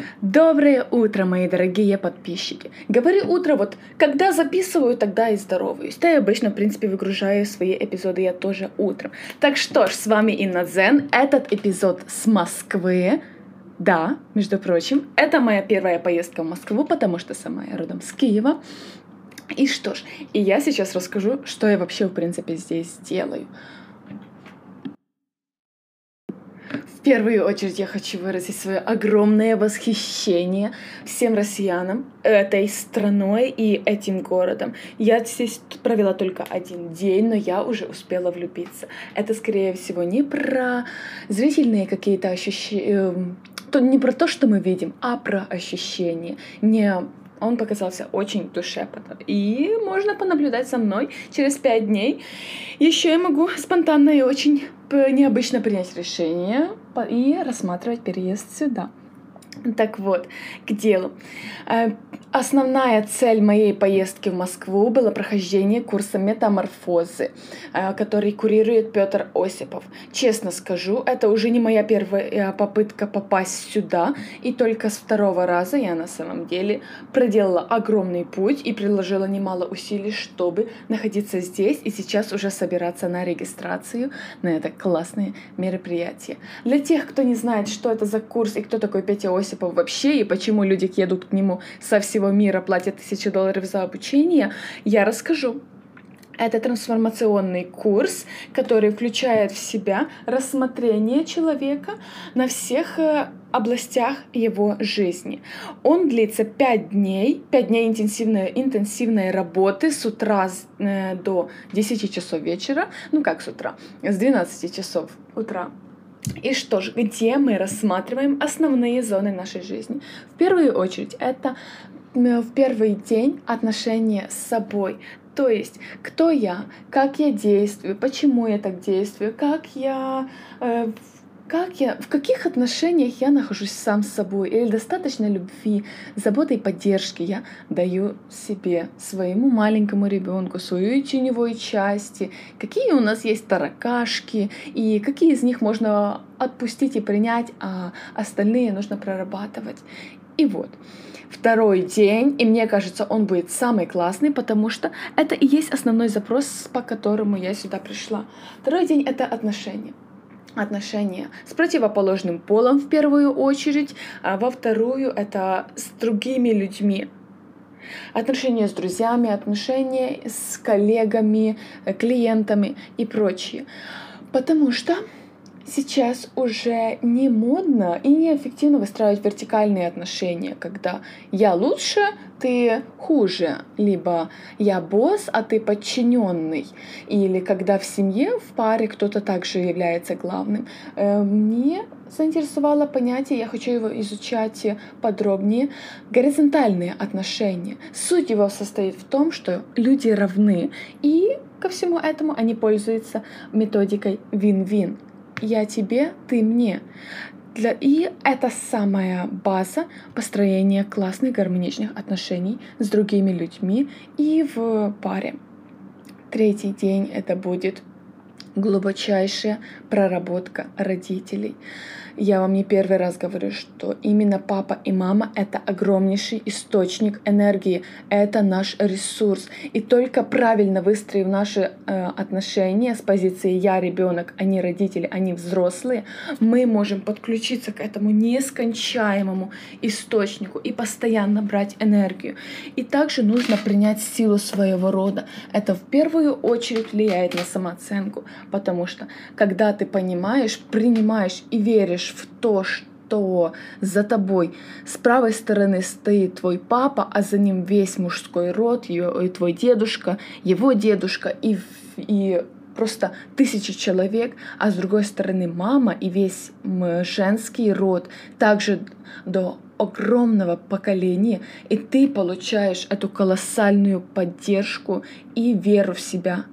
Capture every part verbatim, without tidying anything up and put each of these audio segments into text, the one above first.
Доброе утро, мои дорогие подписчики. Говорю утро, вот когда записываю, тогда и здороваюсь. Да и обычно, в принципе, выгружаю свои эпизоды я тоже утром. Так что ж, с вами Инна Дзен. Этот эпизод с Москвы. Да, между прочим, это моя первая поездка в Москву, потому что сама я родом с Киева. И что ж, и я сейчас расскажу, что я вообще, в принципе, здесь делаю. В первую очередь я хочу выразить свое огромное восхищение всем россиянам, этой страной и этим городом. Я здесь провела только один день, но я уже успела влюбиться. Это, скорее всего, не про зрительные какие-то ощущения, то не про то, что мы видим, а про ощущения. Не Он показался очень душевным. И можно понаблюдать со мной через пять дней. Еще я могу спонтанно и очень необычно принять решение и рассматривать переезд сюда. Так вот, к делу. Основная цель моей поездки в Москву была прохождение курса метаморфозы, который курирует Петр Осипов. Честно скажу, это уже не моя первая попытка попасть сюда, и только с второго раза я на самом деле проделала огромный путь и приложила немало усилий, чтобы находиться здесь и сейчас уже собираться на регистрацию на это классное мероприятие. Для тех, кто не знает, что это за курс и кто такой Петя Осипов вообще, и почему люди едут к нему со всего мира, платят тысячи долларов за обучение, я расскажу. Это трансформационный курс, который включает в себя рассмотрение человека на всех областях его жизни. Он длится пять дней, пять дней интенсивной, интенсивной работы с утра до десяти часов вечера, ну как с утра, с двенадцати часов утра. И что ж, где мы рассматриваем основные зоны нашей жизни? В первую очередь, это в первый день отношения с собой. То есть, кто я, как я действую, почему я так действую, как я... Э, Как я, в каких отношениях я нахожусь сам с собой, или достаточно любви, заботы и поддержки я даю себе, своему маленькому ребенку, своей теневой части, какие у нас есть таракашки, и какие из них можно отпустить и принять, а остальные нужно прорабатывать. И вот, второй день, и мне кажется, он будет самый классный, потому что это и есть основной запрос, по которому я сюда пришла. Второй день — это отношения. Отношения с противоположным полом в первую очередь, а во вторую — это с другими людьми. Отношения с друзьями, отношения с коллегами, клиентами и прочее. Потому что сейчас уже не модно и неэффективно выстраивать вертикальные отношения, когда я лучше, ты хуже, либо я босс, а ты подчиненный, или когда в семье, в паре кто-то также является главным. Мне заинтересовало понятие, я хочу его изучать подробнее, горизонтальные отношения. Суть его состоит в том, что люди равны, и ко всему этому они пользуются методикой вин-вин. Я тебе, ты мне. Для... И это самая база построения классных гармоничных отношений с другими людьми и в паре. Третий день — это будет глубочайшая проработка родителей. Я вам не первый раз говорю, что именно папа и мама — это огромнейший источник энергии, это наш ресурс. И только правильно выстроив наши э, отношения с позиции «я ребенок», они родители, они взрослые, мы можем подключиться к этому нескончаемому источнику и постоянно брать энергию. И также нужно принять силу своего рода. Это в первую очередь влияет на самооценку, потому что когда ты понимаешь, принимаешь и веришь в то, что за тобой с правой стороны стоит твой папа, а за ним весь мужской род, и твой дедушка, его дедушка и, и просто тысячи человек, а с другой стороны мама и весь женский род, также до огромного поколения, и ты получаешь эту колоссальную поддержку и веру в себя.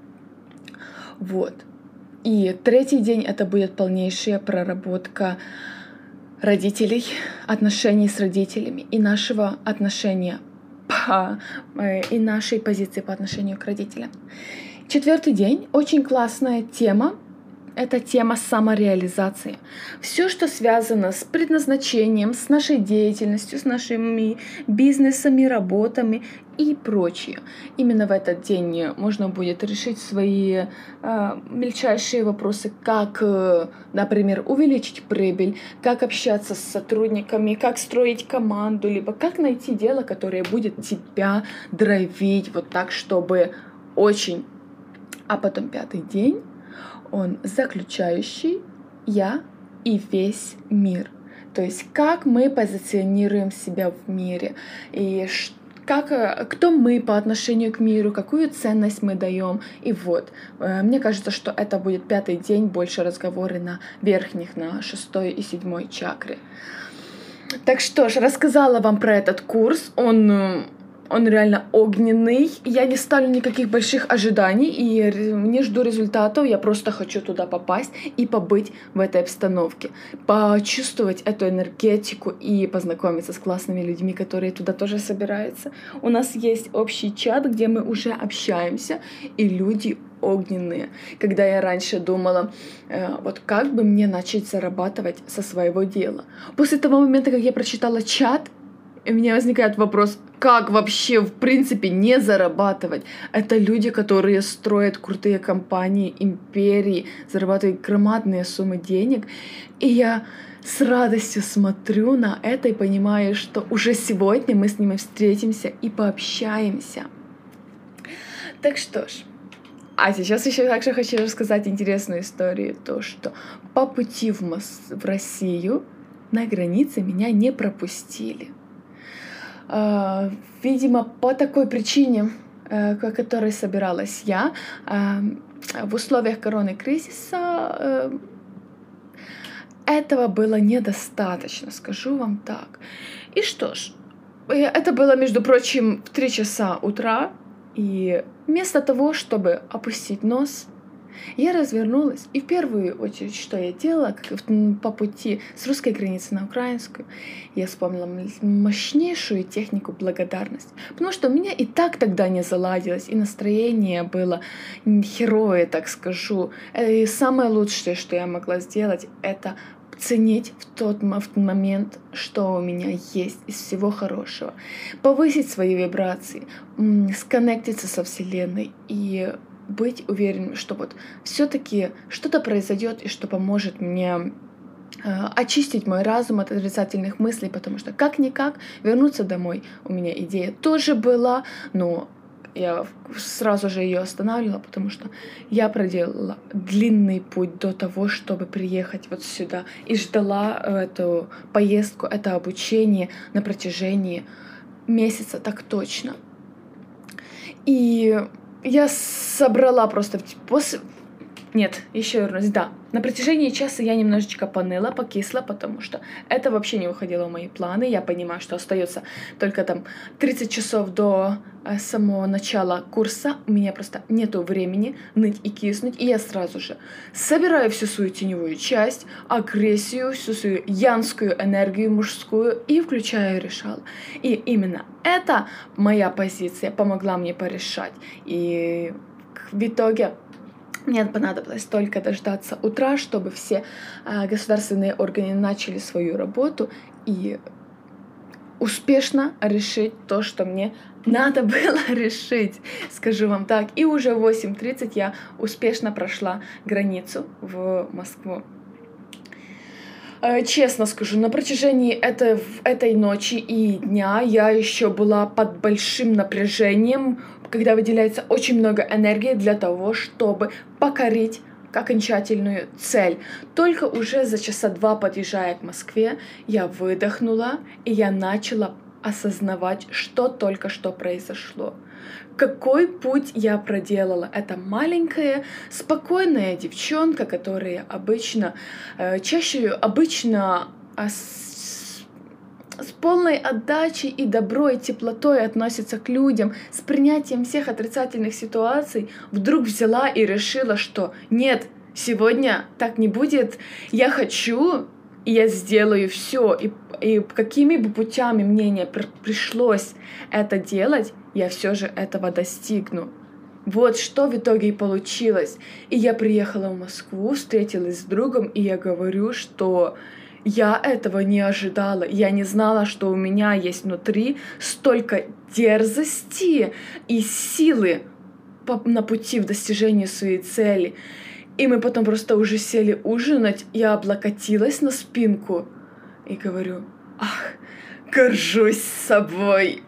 Вот. И третий день — это будет полнейшая проработка родителей, отношений с родителями и нашего отношения по, и нашей позиции по отношению к родителям. Четвертый день — очень классная тема. это тема самореализации. Все, что связано с предназначением, с нашей деятельностью, с нашими бизнесами, работами и прочее. Именно в этот день можно будет решить свои э, мельчайшие вопросы, как, э, например, увеличить прибыль, как общаться с сотрудниками, как строить команду, либо как найти дело, которое будет тебя драйвить вот так, чтобы очень. А потом пятый день, он заключающий «Я и весь мир». То есть как мы позиционируем себя в мире, и как, кто мы по отношению к миру, какую ценность мы даем. И вот, мне кажется, что это будет пятый день, больше разговоры на верхних, на шестой и седьмой чакре. Так что ж, рассказала вам про этот курс, он... Он реально огненный. Я не ставлю никаких больших ожиданий и не жду результатов. Я просто хочу туда попасть и побыть в этой обстановке. Почувствовать эту энергетику и познакомиться с классными людьми, которые туда тоже собираются. У нас есть общий чат, где мы уже общаемся, и люди огненные. Когда я раньше думала, э, вот как бы мне начать зарабатывать со своего дела. После того момента, как я прочитала чат, у меня возникает вопрос, как вообще, в принципе, не зарабатывать? Это люди, которые строят крутые компании, империи, зарабатывают громадные суммы денег. И я с радостью смотрю на это и понимаю, что уже сегодня мы с ними встретимся и пообщаемся. Так что ж. А сейчас еще также хочу рассказать интересную историю. То, что по пути в, Мос... в Россию на границе меня не пропустили. Uh, видимо, по такой причине, uh, к которой собиралась я, uh, в условиях короны-кризиса uh, этого было недостаточно, скажу вам так. И что ж, это было, между прочим, в три часа утра, и вместо того, чтобы опустить нос, я развернулась, и в первую очередь, что я делала, как по пути с русской границы на украинскую, я вспомнила мощнейшую технику благодарности, потому что у меня и так тогда не заладилось, и настроение было херовое, так скажу. И самое лучшее, что я могла сделать, это ценить в тот момент, что у меня есть из всего хорошего, повысить свои вибрации, сконнектиться со Вселенной и быть уверенным, что вот все-таки что-то произойдет и что поможет мне э, очистить мой разум от отрицательных мыслей, потому что как-никак вернуться домой у меня идея тоже была, но я сразу же ее останавливала, потому что я проделала длинный путь до того, чтобы приехать вот сюда, и ждала эту поездку, это обучение на протяжении месяца, так точно. И я собрала просто после... Нет, еще вернусь, да. На протяжении часа я немножечко поныла, покисла, потому что это вообще не выходило в мои планы. Я понимаю, что остается только там тридцать часов до э, самого начала курса. У меня просто нету времени ныть и киснуть. И я сразу же собираю всю свою теневую часть, агрессию, всю свою янскую энергию мужскую и включаю решала. И именно эта моя позиция помогла мне порешать. И в итоге... Мне понадобилось только дождаться утра, чтобы все э, государственные органы начали свою работу и успешно решить то, что мне надо было решить, скажу вам так. И уже в восемь тридцать я успешно прошла границу в Москву. Э, честно скажу, на протяжении этой, этой ночи и дня я еще была под большим напряжением, когда выделяется очень много энергии для того, чтобы покорить окончательную цель. Только уже за часа два, подъезжая к Москве, я выдохнула, и я начала осознавать, что только что произошло. Какой путь я проделала. Это маленькая, спокойная девчонка, которая обычно, чаще обычно с полной отдачей и добро, и теплотой относится к людям, с принятием всех отрицательных ситуаций, вдруг взяла и решила, что нет, сегодня так не будет, я хочу, и я сделаю все, и, и какими бы путями мне не при- пришлось это делать, я все же этого достигну. Вот что в итоге и получилось. И я приехала в Москву, встретилась с другом, и я говорю, что я этого не ожидала. Я не знала, что у меня есть внутри столько дерзости и силы на пути в достижении своей цели. И мы потом просто уже сели ужинать, я облокотилась на спинку и говорю: ах, горжусь собой.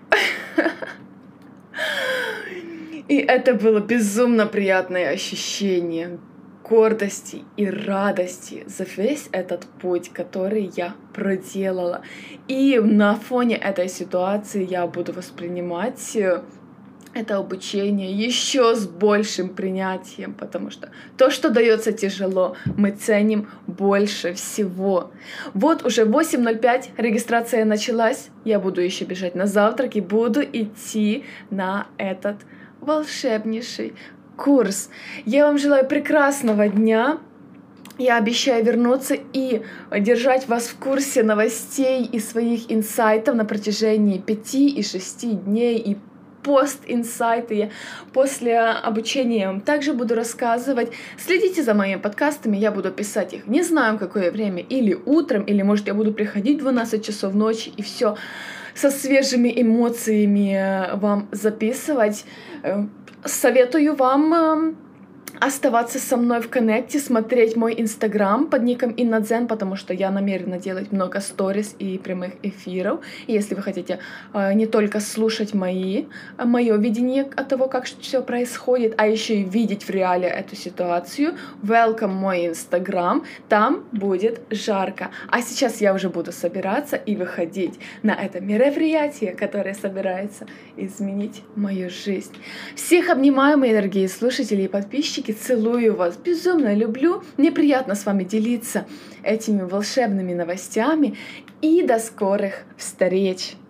И это было безумно приятное ощущение гордости и радости за весь этот путь, который я проделала. И на фоне этой ситуации я буду воспринимать это обучение еще с большим принятием, потому что то, что дается тяжело, мы ценим больше всего. Вот уже восемь ноль пять, регистрация началась, я буду еще бежать на завтрак и буду идти на этот волшебнейший курс. Я вам желаю прекрасного дня. Я обещаю вернуться и держать вас в курсе новостей и своих инсайтов на протяжении пяти и шести дней и пост-инсайты после обучения я вам также буду рассказывать. Следите за моими подкастами, я буду писать их не знаю в какое время, или утром, или может я буду приходить в двенадцать часов ночи и все со свежими эмоциями вам записывать. Советую вам оставаться со мной в коннекте, смотреть мой инстаграм под ником Иннадзен, потому что я намерена делать много сторис и прямых эфиров. И если вы хотите э, не только слушать мои, мое видение от того, как все происходит, а еще и видеть в реале эту ситуацию, welcome мой инстаграм, там будет жарко. А сейчас я уже буду собираться и выходить на это мероприятие, которое собирается изменить мою жизнь. Всех обнимаю, мои дорогие слушатели и подписчики. Целую вас, безумно люблю. Мне приятно с вами делиться этими волшебными новостями. И до скорых встреч!